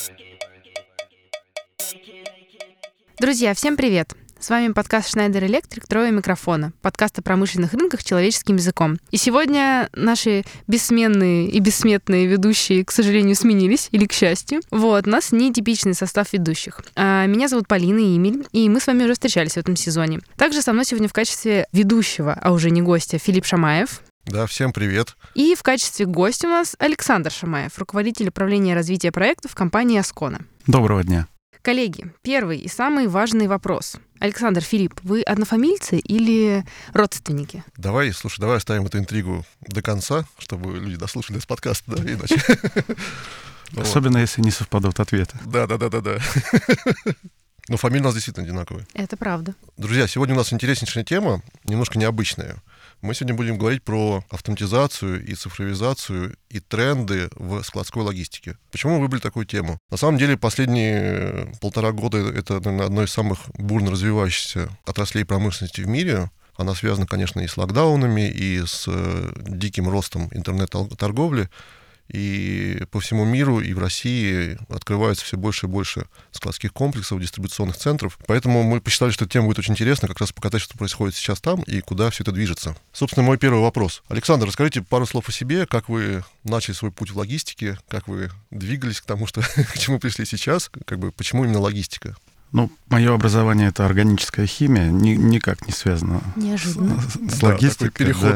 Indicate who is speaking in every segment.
Speaker 1: Друзья, всем привет! С вами подкаст Schneider Electric «Трое микрофона», подкаст о промышленных рынках человеческим языком. И сегодня наши бессменные и бессмертные ведущие, к сожалению, сменились, или к счастью. У нас нетипичный состав ведущих. Меня зовут Полина и Эмиль, и мы с вами уже встречались в этом сезоне. Также со мной сегодня в качестве ведущего, а уже не гостя, Филипп Шамаев.
Speaker 2: Да, всем привет.
Speaker 1: И в качестве гостя у нас Александр Шамаев, руководитель управления развития проектов в компании Ascona.
Speaker 3: Доброго дня.
Speaker 1: Коллеги, первый и самый важный вопрос. Александр, Филипп, вы однофамильцы или родственники?
Speaker 2: Давай оставим эту интригу до конца, чтобы люди дослушали этот подкаст, да, иначе.
Speaker 3: Особенно, если не совпадут ответы.
Speaker 2: Да. Но фамилии у нас действительно одинаковые.
Speaker 1: Это правда.
Speaker 2: Друзья, сегодня у нас интереснейшая тема, немножко необычная. Мы сегодня будем говорить про автоматизацию и цифровизацию и тренды в складской логистике. Почему мы выбрали такую тему? На самом деле, последние 1,5 года это, наверное, одно из самых бурно развивающихся отраслей промышленности в мире. Она связана, конечно, и с локдаунами, и с диким ростом интернет-торговли. И по всему миру, и в России открывается все больше и больше складских комплексов, дистрибуционных центров. Поэтому мы посчитали, что эта тема будет очень интересна, как раз показать, что происходит сейчас там и куда все это движется. Собственно, мой первый вопрос. Александр, расскажите пару слов о себе, как вы начали свой путь в логистике, как вы двигались к тому, к чему пришли сейчас, почему именно логистика?
Speaker 3: Мое образование — это органическая химия, никак не связано с логистикой.
Speaker 2: Переход.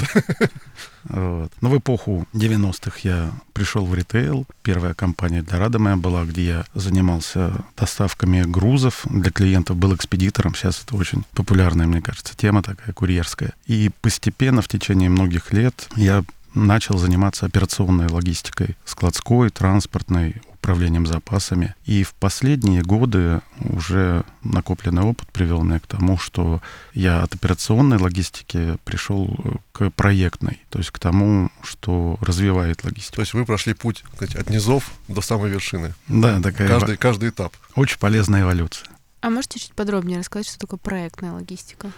Speaker 3: Да. В эпоху 90-х я пришел в ритейл. Первая компания Эльдорадо моя была, где я занимался доставками грузов для клиентов, был экспедитором. Сейчас это очень популярная, мне кажется, тема такая, курьерская. И постепенно в течение многих лет я начал заниматься операционной логистикой, складской, транспортной, управлением запасами. И в последние годы уже накопленный опыт привел меня к тому, что я от операционной логистики пришел к проектной, то есть к тому, что развивает логистику.
Speaker 2: То есть вы прошли путь, от низов до самой вершины.
Speaker 3: Да, такая
Speaker 2: каждый этап.
Speaker 3: Очень полезная эволюция.
Speaker 1: А можете чуть подробнее рассказать, что такое проектная логистика?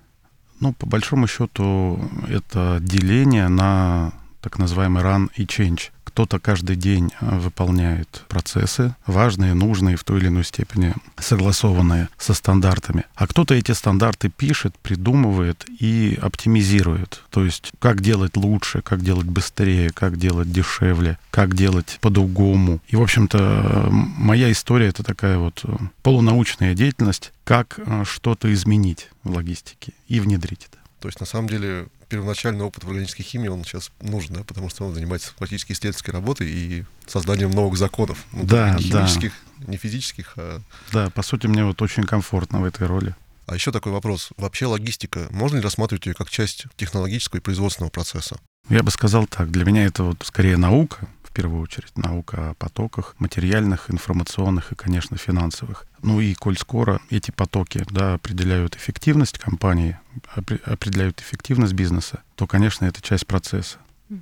Speaker 3: По большому счету, это деление на так называемый run и change. Кто-то каждый день выполняет процессы, важные, нужные, в той или иной степени согласованные со стандартами. А кто-то эти стандарты пишет, придумывает и оптимизирует. То есть, как делать лучше, как делать быстрее, как делать дешевле, как делать по-другому. И, в общем-то, моя история — это такая полунаучная деятельность, как что-то изменить в логистике и внедрить это.
Speaker 2: То есть, на самом деле, первоначальный опыт в органической химии, он сейчас нужен, да, потому что он занимается практически исследовательской работой и созданием новых законов. Не химических, не физических,
Speaker 3: Да, по сути, мне очень комфортно в этой роли.
Speaker 2: А еще такой вопрос. Вообще логистика, можно ли рассматривать ее как часть технологического и производственного процесса?
Speaker 3: Я бы сказал так. Для меня это скорее наука, в первую очередь, наука о потоках материальных, информационных и, конечно, финансовых. И коль скоро эти потоки определяют эффективность компании, определяют эффективность бизнеса, то, конечно, это часть процесса.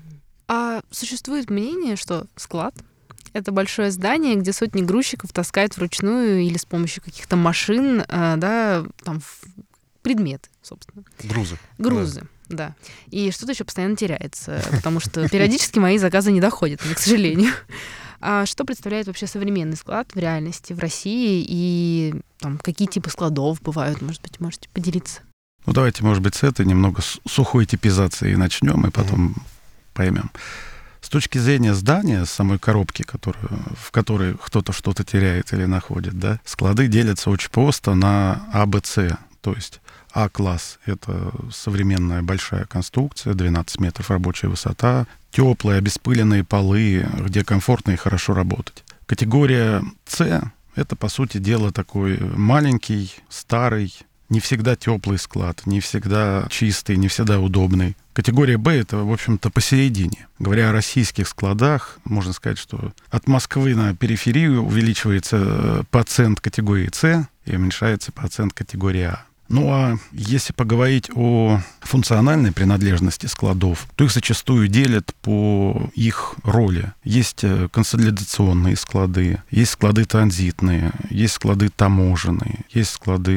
Speaker 1: А существует мнение, что склад — это большое здание, где сотни грузчиков таскают вручную или с помощью каких-то машин, предметы, собственно. Грузы. Да. И что-то еще постоянно теряется, потому что периодически мои заказы не доходят, к сожалению. А что представляет вообще современный склад в реальности в России и какие типы складов бывают? Может быть, можете поделиться?
Speaker 3: Давайте, может быть, с этой немного сухой типизации начнем, и потом поймем. С точки зрения здания, самой коробки, в которой кто-то что-то теряет или находит, склады делятся очень просто на А, Б, С. То есть А-класс — это современная большая конструкция, 12 метров рабочая высота, теплые обеспыленные полы, где комфортно и хорошо работать. Категория С — это, по сути дела, такой маленький, старый, не всегда теплый склад, не всегда чистый, не всегда удобный. Категория Б — это, в общем-то, посередине. Говоря о российских складах, можно сказать, что от Москвы на периферию увеличивается пациент категории С и уменьшается пациент категории А. А если поговорить о функциональной принадлежности складов, то их зачастую делят по их роли. Есть консолидационные склады, есть склады транзитные, есть склады таможенные, есть склады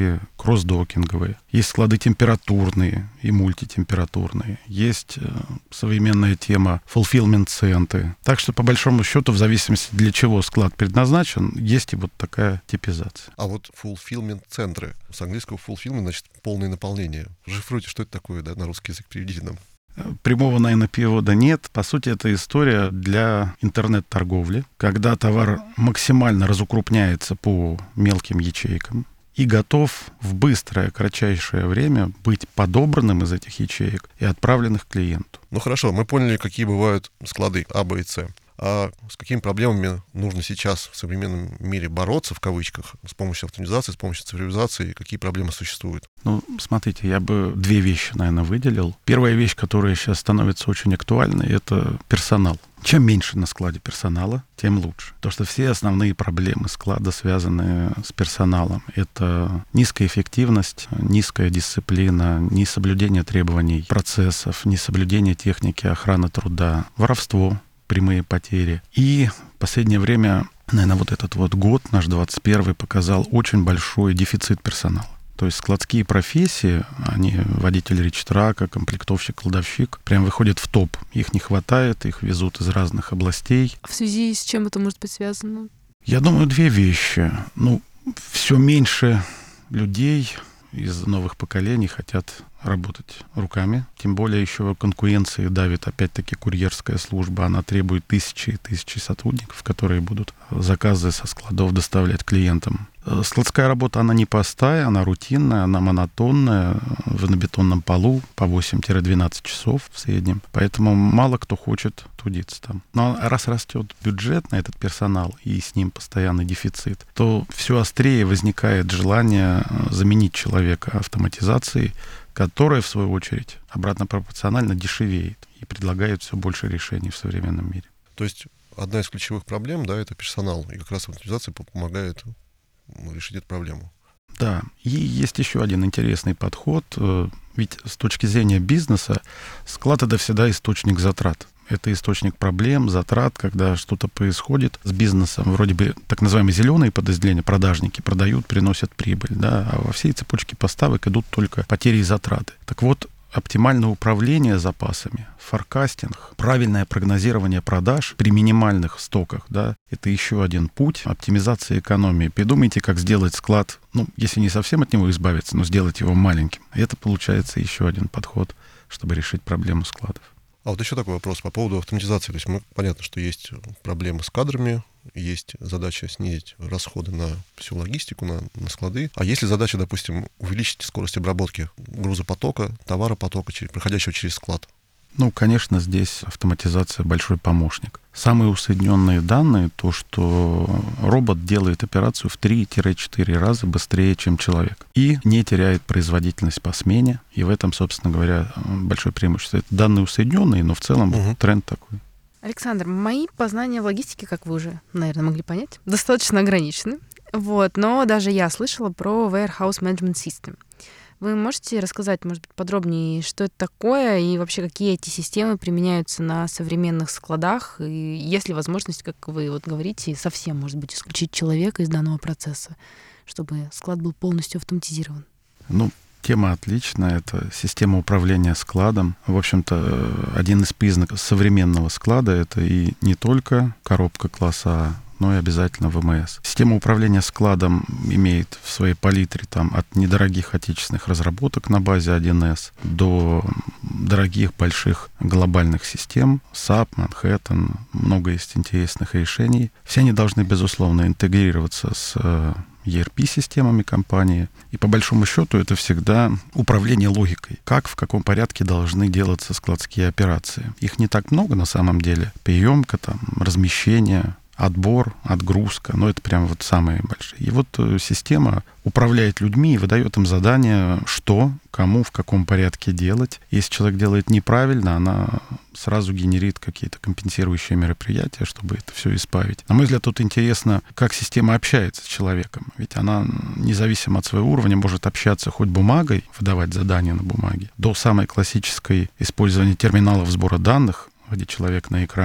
Speaker 3: кроссдокинговые, есть склады температурные и мультитемпературные, есть современная тема fulfillment-центры. Так что, по большому счету, в зависимости, для чего склад предназначен, есть и вот такая типизация.
Speaker 2: А вот fulfillment-центры, с английского fulfillment, значит, полное наполнение. Шифруйте, что это такое, да, на русский язык переведите нам.
Speaker 3: Прямого, наверное, перевода нет. По сути, это история для интернет-торговли, когда товар максимально разукрупняется по мелким ячейкам и готов в быстрое, кратчайшее время быть подобранным из этих ячеек и отправленных клиенту.
Speaker 2: Ну хорошо, мы поняли, какие бывают склады А, Б и С. А с какими проблемами нужно сейчас в современном мире бороться, в кавычках, с помощью автоматизации, с помощью цифровизации, какие проблемы существуют?
Speaker 3: Ну, смотрите, я бы две вещи, наверное, выделил. Первая вещь, которая сейчас становится очень актуальной, это персонал. Чем меньше на складе персонала, тем лучше. Потому что все основные проблемы склада связаны с персоналом. Это низкая эффективность, низкая дисциплина, несоблюдение требований процессов, несоблюдение техники охраны труда, воровство, прямые потери. И в последнее время, наверное, вот этот вот год, наш 21-й, показал очень большой дефицит персонала. То есть складские профессии, они, водитель речтрака, комплектовщик, кладовщик, прям выходят в топ. Их не хватает, их везут из разных областей.
Speaker 1: В связи с чем это может быть связано?
Speaker 3: Я думаю, две вещи. Ну, все меньше людей из новых поколений хотят работать руками. Тем более еще конкуренции давит, опять-таки, курьерская служба. Она требует тысячи и тысячи сотрудников, которые будут заказы со складов доставлять клиентам. Складская работа, она непростая, она рутинная, она монотонная, на бетонном полу по 8-12 часов в среднем. Поэтому мало кто хочет трудиться там. Но раз растет бюджет на этот персонал и с ним постоянный дефицит, то все острее возникает желание заменить человека автоматизацией, которая, в свою очередь, обратно пропорционально дешевеет и предлагает все больше решений в современном мире.
Speaker 2: То есть одна из ключевых проблем, да, это персонал. И как раз автоматизация помогает решить эту проблему.
Speaker 3: Да, и есть еще один интересный подход. Ведь с точки зрения бизнеса склад — это всегда источник затрат. Это источник проблем, затрат, когда что-то происходит с бизнесом. Вроде бы так называемые зеленые подразделения, продажники, продают, приносят прибыль, да, а во всей цепочке поставок идут только потери и затраты. Так вот, оптимальное управление запасами, форкастинг, правильное прогнозирование продаж при минимальных стоках, да, это еще один путь оптимизации экономии. Придумайте, как сделать склад, ну, если не совсем от него избавиться, но сделать его маленьким. И это получается еще один подход, чтобы решить проблему складов.
Speaker 2: А вот еще такой вопрос по поводу автоматизации. То есть понятно, что есть проблемы с кадрами, есть задача снизить расходы на всю логистику, на склады. А есть ли задача, допустим, увеличить скорость обработки грузопотока, товаропотока, проходящего через склад?
Speaker 3: Ну, конечно, здесь автоматизация большой помощник. Самые усредненные данные — то, что робот делает операцию в 3-4 раза быстрее, чем человек. И не теряет производительность по смене. И в этом, собственно говоря, большое преимущество. Это данные усредненные, но в целом тренд такой.
Speaker 1: Александр, мои познания в логистике, как вы уже, наверное, могли понять, достаточно ограничены. Вот, но даже я слышала про Warehouse Management System. Вы можете рассказать, может быть, подробнее, что это такое и вообще какие эти системы применяются на современных складах? И есть ли возможность, как вы вот говорите, совсем, может быть, исключить человека из данного процесса, чтобы склад был полностью автоматизирован?
Speaker 3: Ну, тема отличная. Это система управления складом. В общем-то, один из признаков современного склада — это и не только коробка класса А, но и обязательно ВМС. Система управления складом имеет в своей палитре там, от недорогих отечественных разработок на базе 1С до дорогих больших глобальных систем, SAP, Manhattan, много есть интересных решений. Все они должны, безусловно, интегрироваться с ERP-системами компании. И по большому счету это всегда управление логикой. Как, в каком порядке должны делаться складские операции. Их не так много на самом деле. Приемка, там, размещение, отбор, отгрузка, но это прям вот самые большие. И вот система управляет людьми и выдает им задание, что, кому, в каком порядке делать. Если человек делает неправильно, она сразу генерит какие-то компенсирующие мероприятия, чтобы это все исправить. На мой взгляд, тут интересно, как система общается с человеком. Ведь она, независимо от своего уровня, может общаться хоть бумагой, выдавать задания на бумаге, до самой классической использования терминалов сбора данных, где человек на экране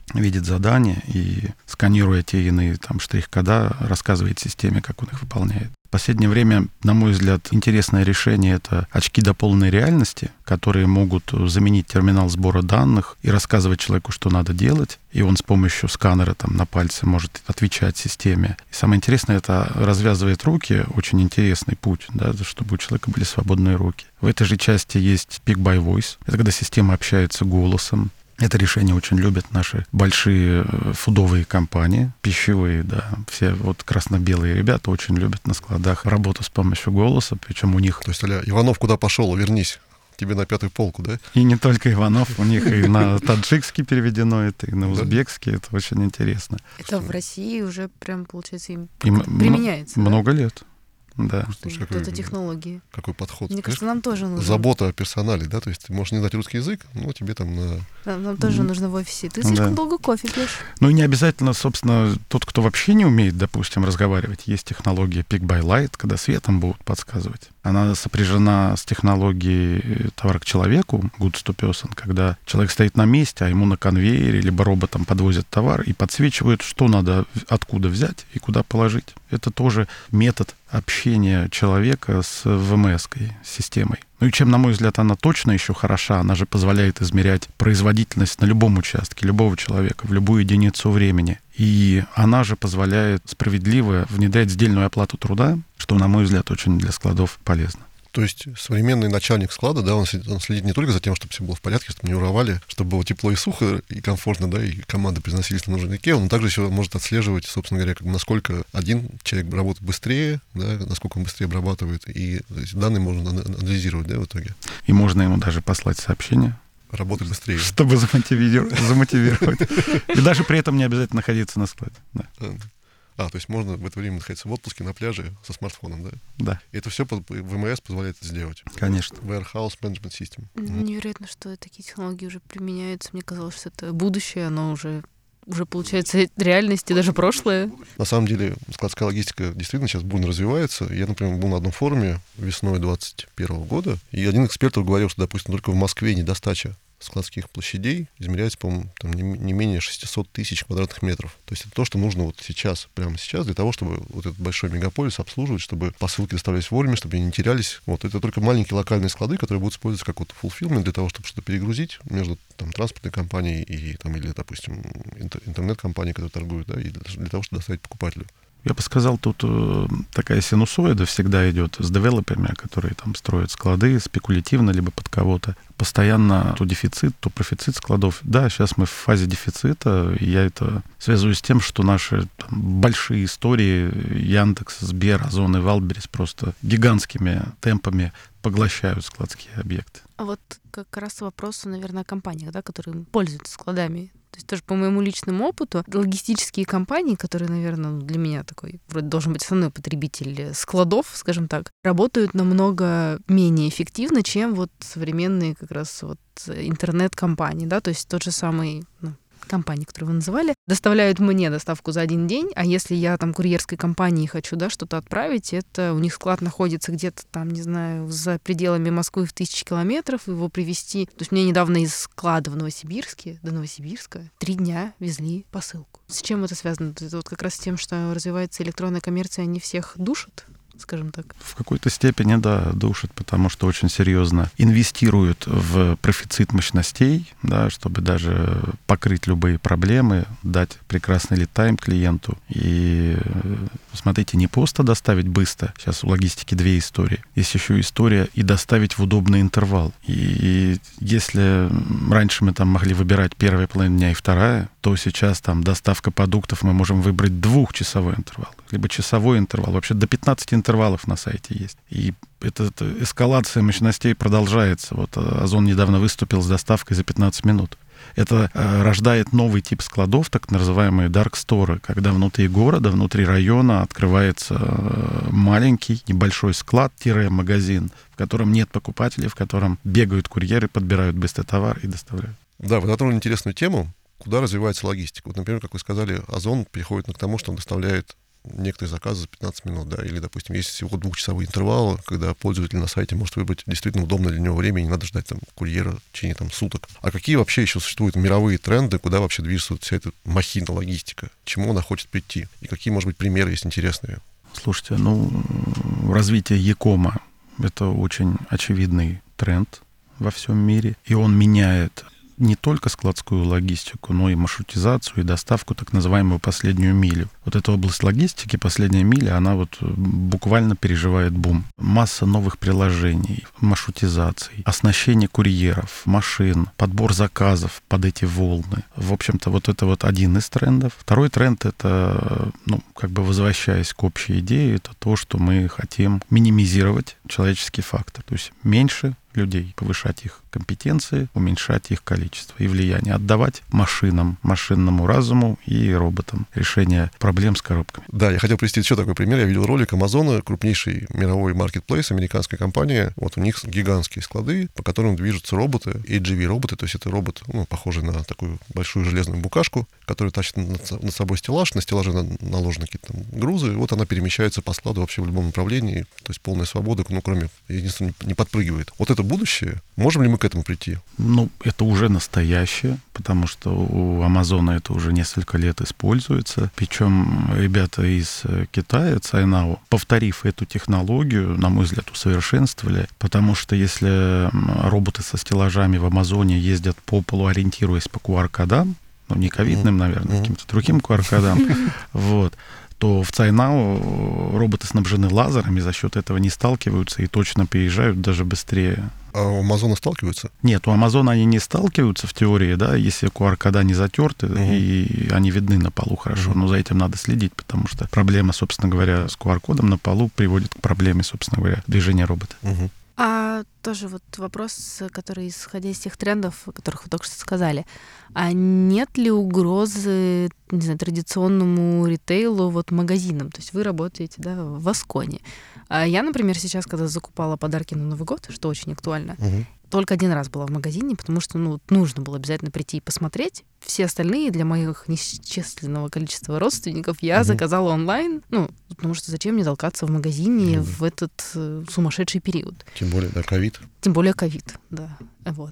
Speaker 3: видит задания и, сканируя те иные там штрих-кода, рассказывает системе, как он их выполняет. В последнее время, на мой взгляд, интересное решение — это очки дополненной реальности, которые могут заменить терминал сбора данных и рассказывать человеку, что надо делать, и он с помощью сканера там, на пальце может отвечать системе. И самое интересное, это развязывает руки, очень интересный путь, да, чтобы у человека были свободные руки. В этой же части есть Pick by Voice. Это когда система общается голосом. Это решение очень любят наши большие фудовые компании, пищевые, да. Все вот красно-белые ребята очень любят на складах работу с помощью голоса, причем у них...
Speaker 2: То есть, Иванов, куда пошел? Вернись. Тебе на 5-ю полку, да?
Speaker 3: И не только Иванов, у них и на таджикский переведено это, и на узбекский, это очень интересно.
Speaker 1: Это в России уже прям, получается, им применяется,
Speaker 3: много лет. Да.
Speaker 1: Это технологии.
Speaker 2: Какой подход?
Speaker 1: Мне кажется, нам тоже нужно.
Speaker 2: Забота о персонале, да? То есть ты можешь не знать русский язык, но тебе там на...
Speaker 1: Нам тоже нужно в офисе. Ты слишком долго кофе пьешь.
Speaker 3: Ну и не обязательно, собственно, тот, кто вообще не умеет, допустим, разговаривать. Есть технология Pick by Light, когда светом будут подсказывать. Она сопряжена с технологией товар к человеку, goods to person, когда человек стоит на месте, а ему на конвейере либо роботом подвозят товар и подсвечивают, что надо откуда взять и куда положить. Это тоже метод общения человека с ВМС-кой, системой. Ну и чем, на мой взгляд, она точно еще хороша, она же позволяет измерять производительность на любом участке, любого человека, в любую единицу времени. И она же позволяет справедливо внедрять сдельную оплату труда, что, на мой взгляд, очень для складов полезно.
Speaker 2: То есть современный начальник склада, да, он следит не только за тем, чтобы все было в порядке, чтобы не уровали, чтобы было тепло и сухо, и комфортно, да, и команды произносились на нужном языке, он также еще может отслеживать, собственно говоря, насколько один человек работает быстрее, да, насколько он быстрее обрабатывает, и эти данные можно анализировать, да, в итоге.
Speaker 3: И можно ему даже послать сообщение.
Speaker 2: Работать быстрее.
Speaker 3: Чтобы замотивировать. И даже при этом не обязательно находиться на складе.
Speaker 2: То есть можно в это время находиться в отпуске на пляже со смартфоном, да?
Speaker 3: Да.
Speaker 2: И это все ВМС позволяет это сделать.
Speaker 3: Конечно.
Speaker 2: Warehouse Management System.
Speaker 1: Невероятно, что такие технологии уже применяются. Мне казалось, что это будущее, оно уже получается реальность и даже прошлое.
Speaker 2: На самом деле складская логистика действительно сейчас бурно развивается. Я, например, был на одном форуме весной 2021 года, и один из экспертов говорил, что, допустим, только в Москве недостача складских площадей измеряется, по-моему, там не менее 600 тысяч квадратных метров. То есть это то, что нужно вот сейчас, прямо сейчас, для того, чтобы вот этот большой мегаполис обслуживать, чтобы посылки доставлялись вовремя, чтобы они не терялись. Вот это только маленькие локальные склады, которые будут использоваться как вот fulfillment для того, чтобы что-то перегрузить между там транспортной компанией и там, или, допустим, интернет-компанией, которые торгуют, да, и для того, чтобы доставить покупателю.
Speaker 3: Я бы сказал, тут такая синусоида всегда идет с девелоперами, которые там строят склады спекулятивно, либо под кого-то. Постоянно то дефицит, то профицит складов. Да, сейчас мы в фазе дефицита, и я это связываю с тем, что наши там большие истории, Яндекс, Сбер, Озон и Валберес просто гигантскими темпами поглощают складские объекты.
Speaker 1: А вот как раз вопрос, наверное, о компаниях, да, которые пользуются складами. То есть тоже по моему личному опыту, логистические компании, которые, наверное, для меня такой вроде должен быть основной потребитель складов, скажем так, работают намного менее эффективно, чем вот современные как раз вот интернет-компании, да, то есть тот же самый, компании, которые вы называли, доставляют мне доставку за один день, а если я там курьерской компании хочу, да, что-то отправить, это у них склад находится где-то там, не знаю, за пределами Москвы в 1000 километров, его привезти. То есть мне недавно из склада в Новосибирске до Новосибирска 3 дня везли посылку. С чем это связано? Это вот как раз с тем, что развивается электронная коммерция, они всех душат, скажем так.
Speaker 3: В какой-то степени, да, душат, потому что очень серьезно инвестируют в профицит мощностей, да, чтобы даже покрыть любые проблемы, дать прекрасный лид-тайм клиенту. И смотрите, не просто доставить быстро. Сейчас у логистики 2 истории. Есть еще история и доставить в удобный интервал. И если раньше мы там могли выбирать первая половина дня и вторая, то сейчас там доставка продуктов мы можем выбрать 2-часовой интервал, либо часовой интервал. Вообще до 15 интервалов на сайте есть. И эта эскалация мощностей продолжается. Вот Озон недавно выступил с доставкой за 15 минут. Это рождает новый тип складов, так называемые dark store, когда внутри города, внутри района открывается маленький небольшой склад-магазин, в котором нет покупателей, в котором бегают курьеры, подбирают быстрый товар и доставляют.
Speaker 2: Да, вы затронули интересную тему, куда развивается логистика. Вот, например, как вы сказали, Озон переходит к тому, что он доставляет некоторые заказы за 15 минут, да, или, допустим, есть всего 2-часовые интервалы, когда пользователь на сайте может выбрать действительно удобное для него время, и не надо ждать там курьера в течение там суток. А какие вообще еще существуют мировые тренды, куда вообще движется вся эта махина, логистика? К чему она хочет прийти? И какие, может быть, примеры есть интересные?
Speaker 3: Слушайте, развитие e-кома — это очень очевидный тренд во всем мире, и он меняет не только складскую логистику, но и маршрутизацию, и доставку, так называемую последнюю милю. Вот эта область логистики, последняя миля, она вот буквально переживает бум. Масса новых приложений, маршрутизаций, оснащение курьеров, машин, подбор заказов под эти волны. В общем-то, вот это вот один из трендов. Второй тренд — это, возвращаясь к общей идее, это то, что мы хотим минимизировать человеческий фактор. То есть меньше людей, повышать их компетенции, уменьшать их количество и влияние, отдавать машинам, машинному разуму и роботам решение проблем с коробками.
Speaker 2: Да, я хотел привести еще такой пример. Я видел ролик Амазона, крупнейший мировой маркетплейс, американская компания. Вот у них гигантские склады, по которым движутся роботы, AGV-роботы, то есть это робот, похожий на такую большую железную букашку, который тащит над собой стеллаж, на стеллаже наложены какие-то там грузы, и вот она перемещается по складу вообще в любом направлении, то есть полная свобода, кроме, единственное, не подпрыгивает. Вот это будущее. Можем ли мы к этому прийти?
Speaker 3: Это уже настоящее, потому что у Амазона это уже несколько лет используется. Причем ребята из Китая, Cainiao, повторив эту технологию, на мой взгляд, усовершенствовали, потому что если роботы со стеллажами в Амазоне ездят по полу, ориентируясь по QR-кодам, не ковидным, наверное, каким-то другим QR-кодам, то в Cainiao роботы снабжены лазерами, за счет этого не сталкиваются и точно переезжают даже быстрее.
Speaker 2: А у Амазона сталкиваются?
Speaker 3: Нет, у Амазона они не сталкиваются в теории, да, если QR-кода не затерты, и они видны на полу хорошо, но за этим надо следить, потому что проблема, собственно говоря, с QR-кодом на полу приводит к проблеме, собственно говоря, движения робота.
Speaker 1: А тоже вот вопрос, который, исходя из тех трендов, о которых вы только что сказали, а нет ли угрозы, не знаю, традиционному ритейлу, магазинам? То есть вы работаете, да, в Асконе. А я, например, сейчас, когда закупала подарки на Новый год, что очень актуально, только один раз была в магазине, потому что нужно было обязательно прийти и посмотреть. Все остальные для моих несчисленного количества родственников я заказала онлайн, потому что зачем мне толкаться в магазине в этот сумасшедший период?
Speaker 2: Тем более, да, ковид.
Speaker 1: Тем более ковид, да. Вот.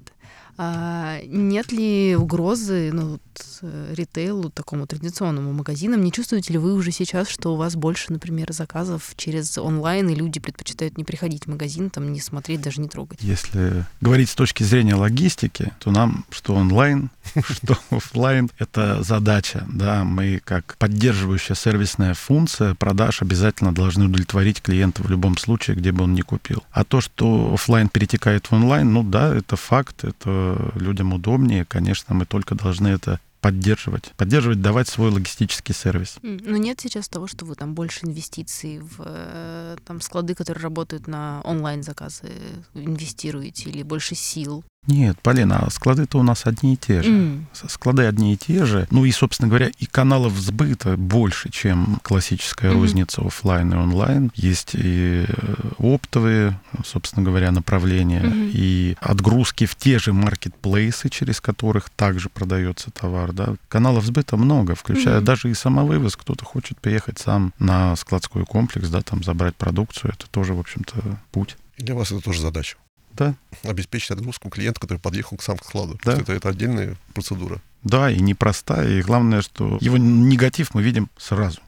Speaker 1: А нет ли угрозы ритейлу, такому традиционному магазинам? Не чувствуете ли вы уже сейчас, что у вас больше, например, заказов через онлайн, и люди предпочитают не приходить в магазин, не смотреть, даже не трогать?
Speaker 3: Если говорить с точки зрения логистики, то нам что онлайн, что офлайн — это задача. Да? Мы, как поддерживающая сервисная функция продаж, обязательно должны удовлетворить клиента в любом случае, где бы он ни купил. А то, что офлайн перетекает в онлайн, это факт, это людям удобнее. Конечно, мы только должны это поддерживать, давать свой логистический сервис.
Speaker 1: Но нет сейчас того, что вы больше инвестиций в склады, которые работают на онлайн-заказы, инвестируете, или больше сил?
Speaker 3: Нет, Полина, склады-то у нас одни и те же. Склады одни и те же. И, собственно говоря, и каналов сбыта больше, чем классическая розница офлайн и онлайн. Есть и оптовые, собственно говоря, направления, и отгрузки в те же маркетплейсы, через которых также продается товар. Да. Каналов сбыта много, включая даже и самовывоз. Кто-то хочет приехать сам на складской комплекс, да, забрать продукцию. Это тоже, в общем-то, путь.
Speaker 2: И для вас это тоже задача.
Speaker 3: Да.
Speaker 2: Обеспечить отгрузку клиента, который подъехал к складу.
Speaker 3: Да.
Speaker 2: Это отдельная процедура.
Speaker 3: Да, и непростая. И главное, что его негатив мы видим сразу.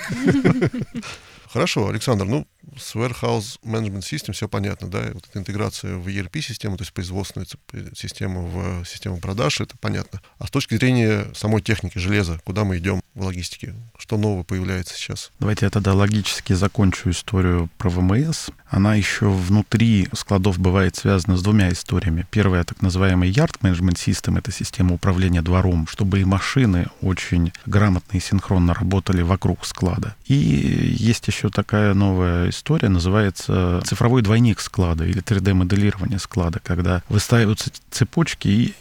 Speaker 2: Хорошо, Александр, с Warehouse Management System все понятно, да, вот эта интеграция в ERP-систему, то есть производственную систему в систему продаж, это понятно. А с точки зрения самой техники, железа, куда мы идем в логистике? Что нового появляется сейчас?
Speaker 3: Давайте я тогда логически закончу историю про ВМС. Она еще внутри складов бывает связана с двумя историями. Первая, так называемый Yard Management System, это система управления двором, чтобы и машины очень грамотно и синхронно работали вокруг склада. И есть еще еще такая новая история, называется цифровой двойник склада или 3D-моделирование склада, когда выстраиваются цепочки,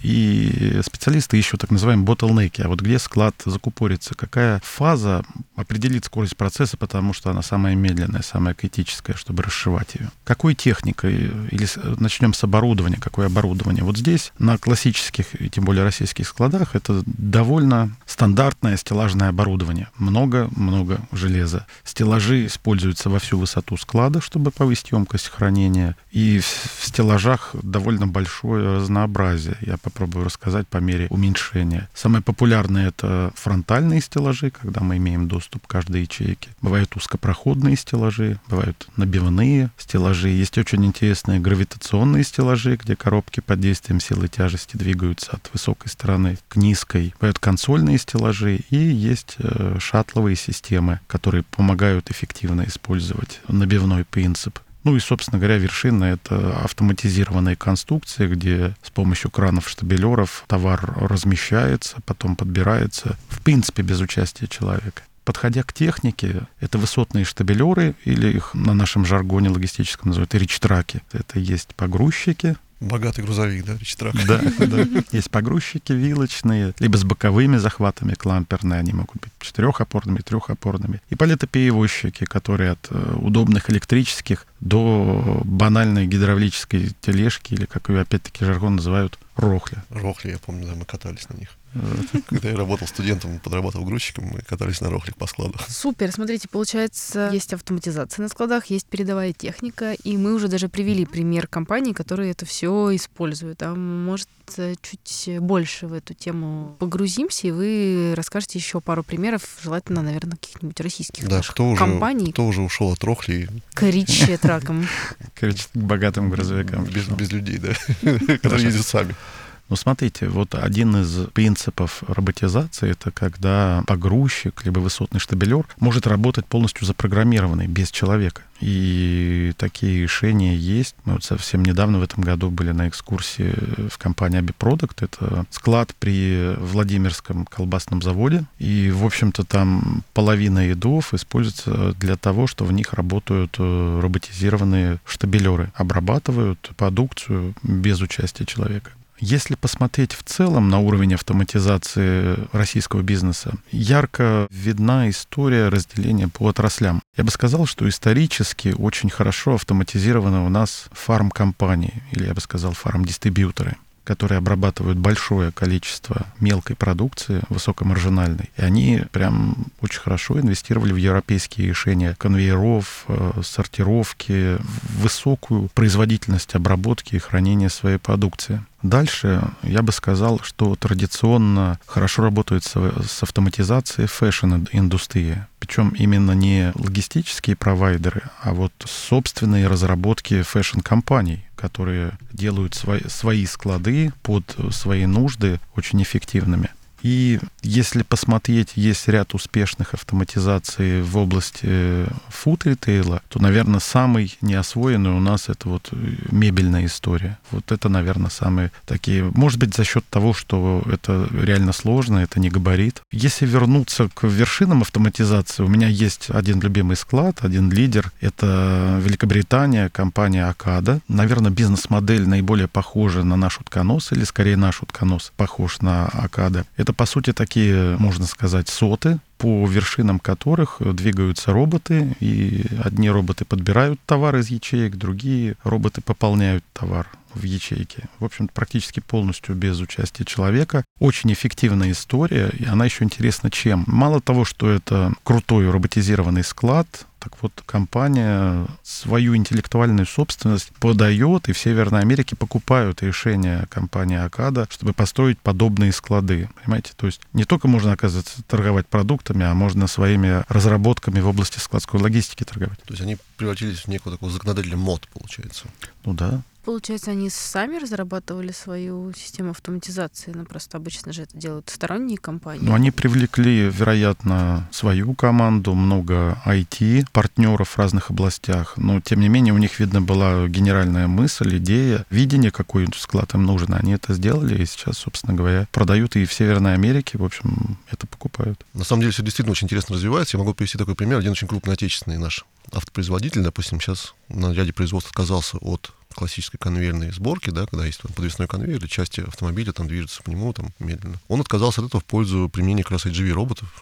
Speaker 3: и специалисты ищут так называемые bottleneck, а вот где склад закупорится, какая фаза определит скорость процесса, потому что она самая медленная, самая критическая, чтобы расшивать ее. Какой техникой, или начнем с оборудования, какое оборудование? Вот здесь на классических, и тем более российских складах, это довольно стандартное стеллажное оборудование. Много железа. Стеллажи используются во всю высоту склада, чтобы повысить емкость хранения. И в стеллажах довольно большое разнообразие. Я попробую рассказать по мере уменьшения. Самое популярное — это фронтальные стеллажи, когда мы имеем доступ к каждой ячейке. Бывают узкопроходные стеллажи, бывают набивные стеллажи. Есть очень интересные гравитационные стеллажи, где коробки под действием силы тяжести двигаются от высокой стороны к низкой. Бывают консольные стеллажи, и есть шаттловые системы, которые помогают эффективно использовать набивной принцип. Ну и, собственно говоря, вершина — это автоматизированные конструкции, где с помощью кранов-штабелеров товар размещается, потом подбирается, в принципе, без участия человека. Подходя к технике, это высотные штабелеры, или их на нашем жаргоне логистическом называют рич-траки. Это есть погрузчики.
Speaker 2: Богатый грузовик, да, рич-трак?
Speaker 3: Да. Есть погрузчики вилочные, либо с боковыми захватами кламперные, они могут быть 4-опорными, 3-опорными. И палетоперевозчики, которые от удобных электрических до банальной гидравлической тележки, или, как ее опять-таки жаргон называют, рохля.
Speaker 2: Рохли, я помню, да, мы катались на них. Когда я работал студентом, подрабатывал грузчиком, мы катались на рохлях по складу.
Speaker 1: Супер. Смотрите, получается, есть автоматизация на складах, есть передовая техника, и мы уже даже привели пример компаний, которые это все используют. А может, чуть больше в эту тему погрузимся, и вы расскажете еще пару примеров, желательно, наверное, каких-нибудь российских наших компаний.
Speaker 2: Кто уже ушел от рохли?
Speaker 1: К рич-тракам.
Speaker 3: К богатым грузовикам.
Speaker 2: Без людей, да, которые ездят сами.
Speaker 3: Ну, смотрите, вот один из принципов роботизации — это когда погрузчик либо высотный штабелер может работать полностью запрограммированный, без человека. И такие решения есть. Мы вот совсем недавно в этом году были на экскурсии в компании Abiproduct. Это склад при Владимирском колбасном заводе. И, в общем-то, там половина рядов используется для того, что в них работают роботизированные штабелеры. Обрабатывают продукцию без участия человека. Если посмотреть в целом на уровень автоматизации российского бизнеса, ярко видна история разделения по отраслям. Я бы сказал, что исторически очень хорошо автоматизированы у нас фармкомпании, или я бы сказал фармдистрибьюторы, которые обрабатывают большое количество мелкой продукции, высокомаржинальной. И они прям очень хорошо инвестировали в европейские решения конвейеров, сортировки, высокую производительность обработки и хранения своей продукции. Дальше я бы сказал, что традиционно хорошо работает с автоматизацией фэшн-индустрии. Причем именно не логистические провайдеры, а вот собственные разработки фэшн-компаний, которые делают свои склады под свои нужды очень эффективными. И если посмотреть, есть ряд успешных автоматизаций в области фуд-ритейла, то, наверное, самый неосвоенный у нас — это вот мебельная история. Вот это, наверное, самые такие... Может быть, за счет того, что это реально сложно, это не габарит. Если вернуться к вершинам автоматизации, у меня есть один любимый склад, один лидер. Это Великобритания, компания Ocado. Наверное, бизнес-модель наиболее похожа на наш утконос, или скорее наш утконос похож на Ocado. Это, по сути, такие, можно сказать, соты, по вершинам которых двигаются роботы, и одни роботы подбирают товар из ячеек, другие роботы пополняют товар в ячейке. В общем, практически полностью без участия человека. Очень эффективная история, и она еще интересна чем? Мало того, что это крутой роботизированный склад, так вот, компания свою интеллектуальную собственность подает, и в Северной Америке покупают решения компании Ocado, чтобы построить подобные склады. Понимаете? То есть не только можно, оказывается, торговать продуктами, а можно своими разработками в области складской логистики торговать.
Speaker 2: То есть они превратились в некую такую законодательный мод, получается.
Speaker 3: Ну да.
Speaker 1: получается, они сами разрабатывали свою систему автоматизации? Ну, просто обычно же это делают сторонние компании.
Speaker 3: Ну, они привлекли, вероятно, свою команду, много IT-партнеров в разных областях, но, тем не менее, у них, видно, была генеральная мысль, идея, видение, какой склад им нужен. Они это сделали, и сейчас, собственно говоря, продают и в Северной Америке, в общем, это покупают.
Speaker 2: На самом деле все действительно очень интересно развивается. Я могу привести такой пример. Один очень крупный отечественный наш автопроизводитель, допустим, сейчас на ряде производств отказался от классической конвейерной сборки, да, когда есть там подвесной конвейер, и части автомобиля там движутся по нему там медленно. Он отказался от этого в пользу применения как раз AGV-роботов,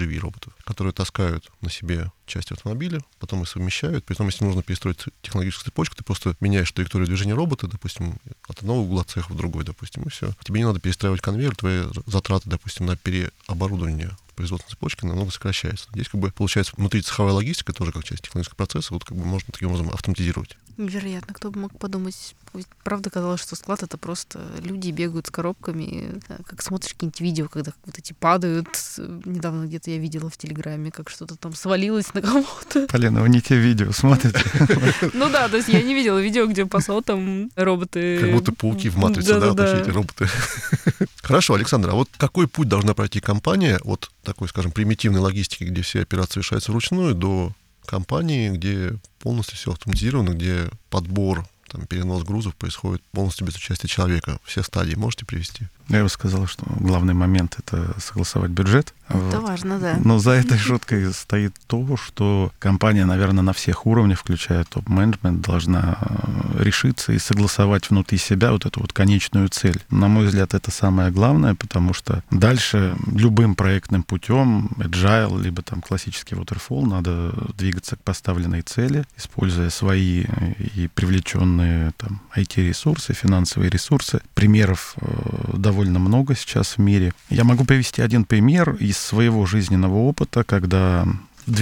Speaker 2: которые таскают на себе части автомобиля, потом их совмещают. Притом, если нужно перестроить технологическую цепочку, ты просто меняешь траекторию движения робота, допустим, от одного угла цеха в другой, допустим, и все. Тебе не надо перестраивать конвейер, твои затраты, допустим, на переоборудование производственной цепочки намного сокращается. Здесь как бы получается внутри цеховая логистика тоже как часть технологического процесса, вот как бы можно таким образом автоматизировать.
Speaker 1: Невероятно, кто бы мог подумать. Ведь правда казалось, что склад — это просто люди бегают с коробками, как смотришь какие-нибудь видео, когда вот эти падают. Недавно где-то я видела в Телеграме, как что-то там свалилось на кого-то.
Speaker 3: Полина, вы не те видео смотрите.
Speaker 1: Ну да, то есть я не видела видео, где посол там роботы...
Speaker 2: Как будто пауки в матрице, да, эти роботы. Хорошо, Александр, а вот какой путь должна пройти компания от такой, скажем, примитивной логистики, где все операции решаются вручную, до компании, где полностью все автоматизировано, где подбор, там, перенос грузов происходит полностью без участия человека? Все стадии можете привести?
Speaker 3: Я бы сказал, что главный момент — это согласовать бюджет.
Speaker 1: Это важно, да.
Speaker 3: Но за этой шуткой стоит то, что компания, наверное, на всех уровнях, включая топ-менеджмент, должна решиться и согласовать внутри себя вот эту вот конечную цель. На мой взгляд, это самое главное, потому что дальше любым проектным путем, agile, либо там классический waterfall, надо двигаться к поставленной цели, используя свои и привлеченные там IT-ресурсы, финансовые ресурсы. Примеров довольно много сейчас в мире. Я могу привести один пример из своего жизненного опыта, когда в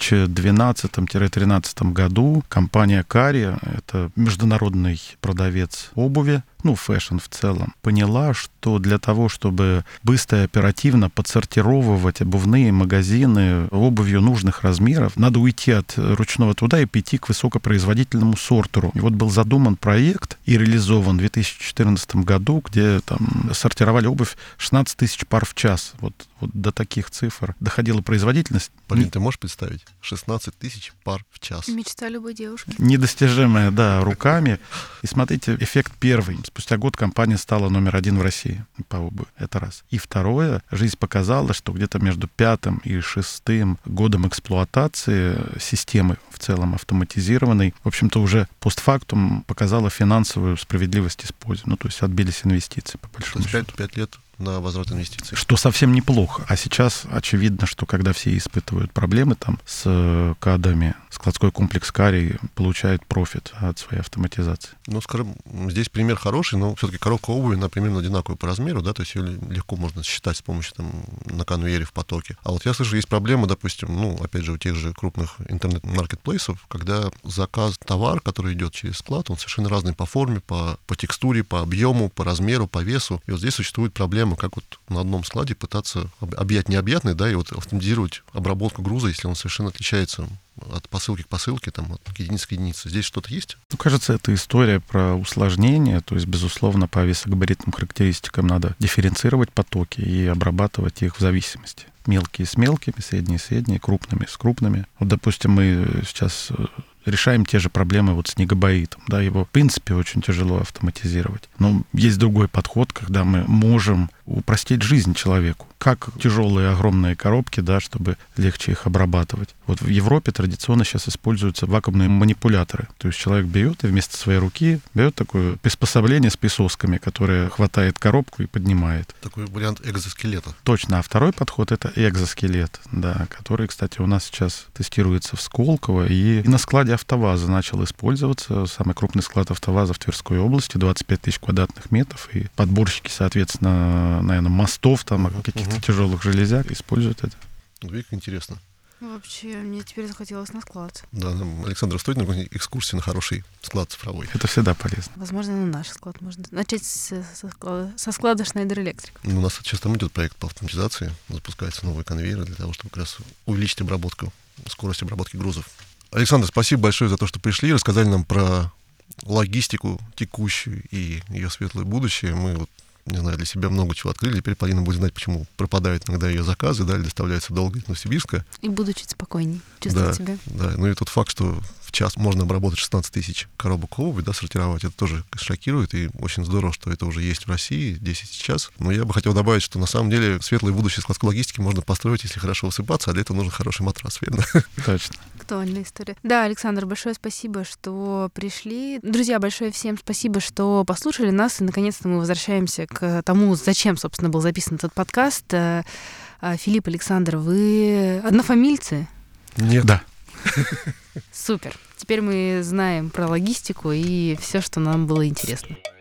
Speaker 3: 2012-2013 году компания Кари, это международный продавец обуви, фэшн в целом, поняла, что для того, чтобы быстро и оперативно подсортировывать обувные магазины обувью нужных размеров, надо уйти от ручного труда и перейти к высокопроизводительному сортеру. И вот был задуман проект и реализован в 2014 году, где там сортировали обувь 16 тысяч пар в час. Вот до таких цифр доходила производительность.
Speaker 2: Полин, ты можешь представить? 16 тысяч пар в час.
Speaker 1: Мечта любой девушки.
Speaker 3: Недостижимая, да, руками. И смотрите, эффект первый. Спустя год компания стала номер 1 в России по обуви. Это раз. И второе, жизнь показала, что где-то между 5-м и 6-м годом эксплуатации системы в целом автоматизированной, в общем-то, уже постфактум показала финансовую справедливость использования. То есть отбились инвестиции, по большому счету.
Speaker 2: 5 лет на возврат инвестиций.
Speaker 3: Что совсем неплохо. А сейчас очевидно, что когда все испытывают проблемы там с кадами, складской комплекс Кари получает профит от своей автоматизации.
Speaker 2: Скажем, здесь пример хороший, но все-таки коробка обуви, она примерно одинаковая по размеру, да, то есть ее легко можно считать с помощью там на конвейере в потоке. А вот я слышу, есть проблема, допустим, опять же, у тех же крупных интернет-маркетплейсов, когда товар, который идет через склад, он совершенно разный по форме, по текстуре, по объему, по размеру, по весу. И вот здесь существует проблема, как вот на одном складе пытаться объять необъятное, да, и вот автоматизировать обработку груза, если он совершенно отличается от посылки к посылке, там, от единицы к единице. Здесь что-то есть?
Speaker 3: Кажется, это история про усложнение, то есть, безусловно, по весогабаритным характеристикам надо дифференцировать потоки и обрабатывать их в зависимости. Мелкие с мелкими, средние с средними, крупными с крупными. Вот, допустим, мы сейчас решаем те же проблемы вот с снегобаитом. Да, его, в принципе, очень тяжело автоматизировать. Но есть другой подход, когда мы можем упростить жизнь человеку. Как тяжелые огромные коробки, да, чтобы легче их обрабатывать. Вот в Европе традиционно сейчас используются вакуумные манипуляторы. То есть человек берет и вместо своей руки берет такое приспособление с присосками, которое хватает коробку и поднимает.
Speaker 2: Такой вариант экзоскелета.
Speaker 3: Точно. А второй подход — это экзоскелет, да, который, кстати, у нас сейчас тестируется в Сколково и на складе АвтоВАЗа начал использоваться. Самый крупный склад АвтоВАЗа в Тверской области, 25 тысяч квадратных метров. И подборщики, соответственно, наверное, мостов, там, каких-то тяжелых железяк используют это.
Speaker 2: Видите, как интересно.
Speaker 1: Вообще, мне теперь захотелось на склад.
Speaker 2: Да, Александр, стоит на экскурсию на хороший склад цифровой?
Speaker 3: Это всегда полезно.
Speaker 1: Возможно, на наш склад можно начать со склада Schneider Electric.
Speaker 2: У нас сейчас там идет проект по автоматизации, запускаются новые конвейеры для того, чтобы как раз увеличить скорость обработки грузов. Александр, спасибо большое за то, что пришли, рассказали нам про логистику текущую и ее светлое будущее мы, вот, не знаю, для себя много чего открыли. Теперь Полина будет знать, почему пропадают иногда ее заказы, да, или доставляются долго из Новосибирска.
Speaker 1: И буду чуть спокойнее чувствовать себя.
Speaker 2: Да, ну и тот факт, что в час можно обработать 16 тысяч коробок обуви, да, сортировать, это тоже шокирует, и очень здорово, что это уже есть в России, 10 сейчас. Но я бы хотел добавить, что на самом деле светлое будущее складской логистики можно построить, если хорошо высыпаться, а для этого нужен хороший матрас, верно?
Speaker 3: Точно.
Speaker 1: Актуальная история. Да, Александр, большое спасибо, что пришли. Друзья, большое всем спасибо, что послушали нас. И, наконец-то, мы возвращаемся к тому, зачем, собственно, был записан этот подкаст. Филипп, Александр, вы однофамильцы?
Speaker 2: Нет.
Speaker 3: Да.
Speaker 1: Супер. Теперь мы знаем про логистику и все, что нам было интересно.